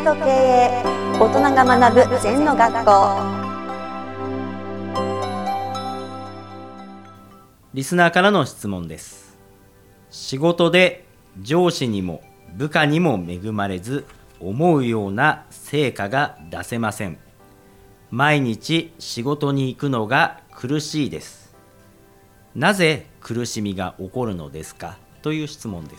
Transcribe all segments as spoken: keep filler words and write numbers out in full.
と経営、大人が学ぶ禅の学校。 リスナーからの質問です。仕事で上司にも部下にも恵まれず、思うような成果が出せません。毎日仕事に行くのが苦しいです。なぜ苦しみが起こるのですか、という質問です。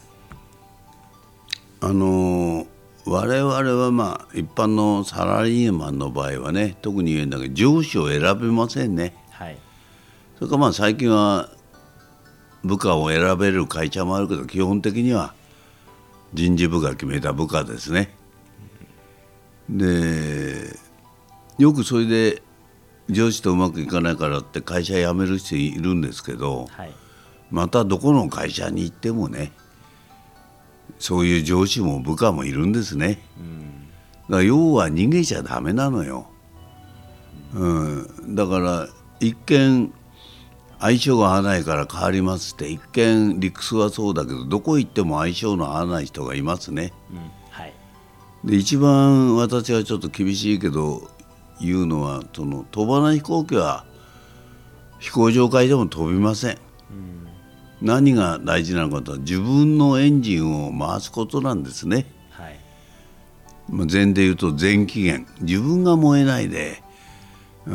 あの我々はまあ一般のサラリーマンの場合はね、特に言うんだけど上司を選べませんね。 はい。 それからまあ最近は部下を選べる会社もあるけど、基本的には人事部が決めた部下ですね。でよくそれで上司とうまくいかないからって会社辞める人いるんですけど、 はい、 またどこの会社に行ってもね、そういう上司も部下もいるんですね。うん、だから要は逃げちゃダメなのよ。うん、だから一見相性が合わないから変わりますって、一見理屈はそうだけど、どこ行っても相性の合わない人がいますね。うん、はい、で一番私はちょっと厳しいけど言うのは、その飛ばない飛行機は飛行場会でも飛びません。うん、何が大事なのかとは自分のエンジンを回すことなんですね。はい、まあ、禅で言うと禅機嫌、自分が燃えないで、うん、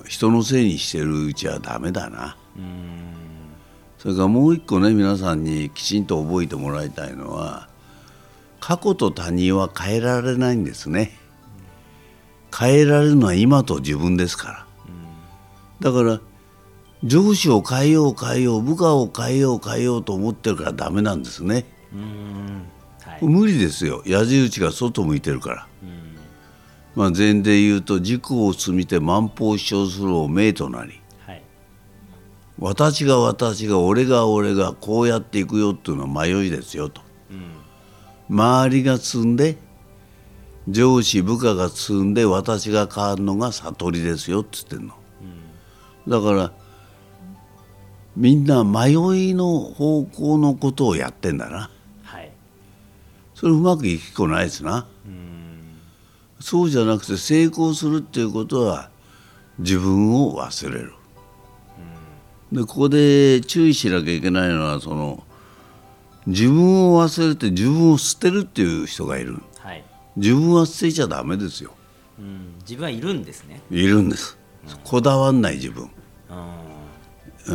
人のせいにしてるうちはダメだな。うん、それからもう一個ね、皆さんにきちんと覚えてもらいたいのは、過去と他人は変えられないんですね。変えられるのは今と自分ですから。だから上司を変えよう変えよう、部下を変えよう変えようと思ってるからダメなんですね。うん、はい、無理ですよ。矢印が外向いてるから。うん、まあ、禅で言うと、自己を積みて万法主張するを名となり、はい、私が私が俺が俺がこうやっていくよっていうのは迷いですよと。うん、周りが積んで上司部下が積んで私が変わるのが悟りですよって言ってるの。うん、だからみんな迷いの方向のことをやってんだな。はい、それうまくいきっこないですな。うん、そうじゃなくて成功するっていうことは自分を忘れる。うん、でここで注意しなきゃいけないのは、その自分を忘れて自分を捨てるっていう人がいる。はい、自分は捨てちゃダメですよ。 うん、自分はいるんですね。 いるんです。うん、こだわんない自分。うん、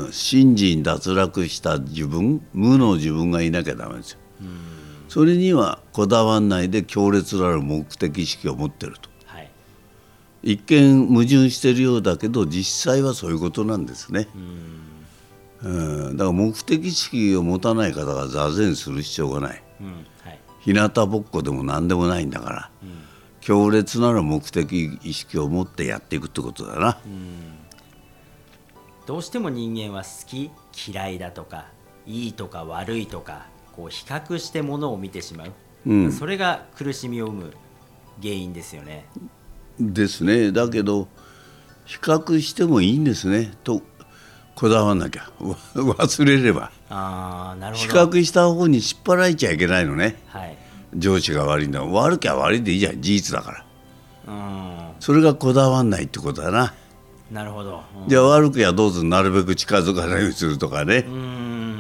信心脱落した自分、無の自分がいなきゃダメですよ。うん、それにはこだわんないで強烈なる目的意識を持ってると。はい、一見矛盾してるようだけど実際はそういうことなんですね。うん、うん、だから目的意識を持たない方が座禅する必要がない。うん、はい、日向ぼっこでも何でもないんだから、うん、強烈なる目的意識を持ってやっていくってことだな。うん、 どうしても人間は好き嫌いだとかいいとか悪いとか、こう比較してものを見てしまう、うん、それが苦しみを生む原因ですよね。 ですね。だけど比較してもいいんですねとこだわらなきゃ忘れれば。 あー、なるほど。 比較した方に引っ張られちゃいけないのね。はい、上司が悪いんだ、悪きゃ悪いでいいじゃん、事実だから。うん、それがこだわんないってことだな。 なるほど。うん、 じゃあ悪くやどうぞ、なるべく近づかないようにするとかね。うん、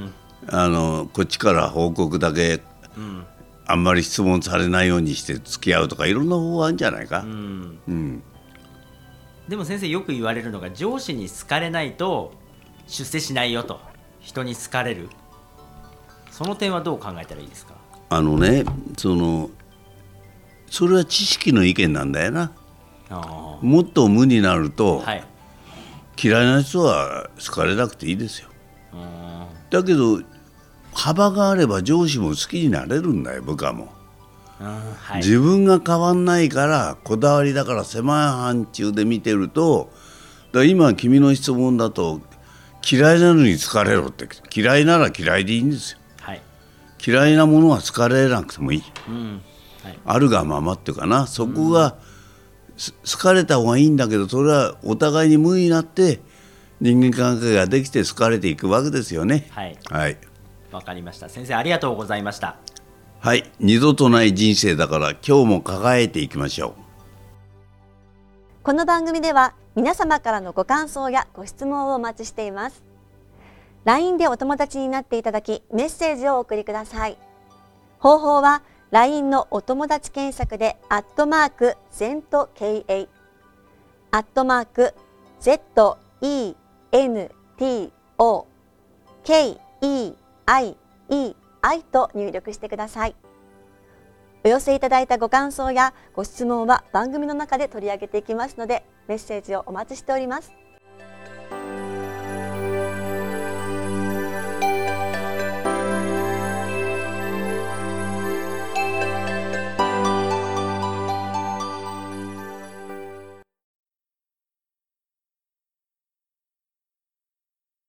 あのこっちから報告だけ、うん、あんまり質問されないようにして付き合うとか、いろんな方法あるんじゃないか。うんうん、 でも先生、よく言われるのが、上司に好かれないと出世しないよと。人に好かれる、その点はどう考えたらいいですか。 あのね、そのそれは知識の意見なんだよな。あ、もっと無になると、はい、嫌いな人は好かれなくていいですよ。だけど幅があれば上司も好きになれるんだよ、部下も。はい、自分が変わんないから、こだわりだから狭い範疇で見てると、だから今君の質問だと、嫌いなのに好かれろって、嫌いなら嫌いでいいんですよ。はい、嫌いなものは好かれなくてもいい。うん、はい、あるがままっていうかな、そこが、うん、好かれた方がいいんだけど、それはお互いに無になって人間関係ができて好かれていくわけですよね。はい、はい、 わかりました。先生、ありがとうございました。 はい、二度とない人生だから今日も輝いていきましょう。 この番組では皆様からのご感想やご質問をお待ちしています。ライン でお友達になっていただき、メッセージをお送りください。方法は ライン のお友達検索でアットマーク ゼントケーエー アットマーク ゼットイーエヌティーオー ケーイーアイイーアイ と入力してください。お寄せいただいたご感想やご質問は番組の中で取り上げていきますので、メッセージをお待ちしております。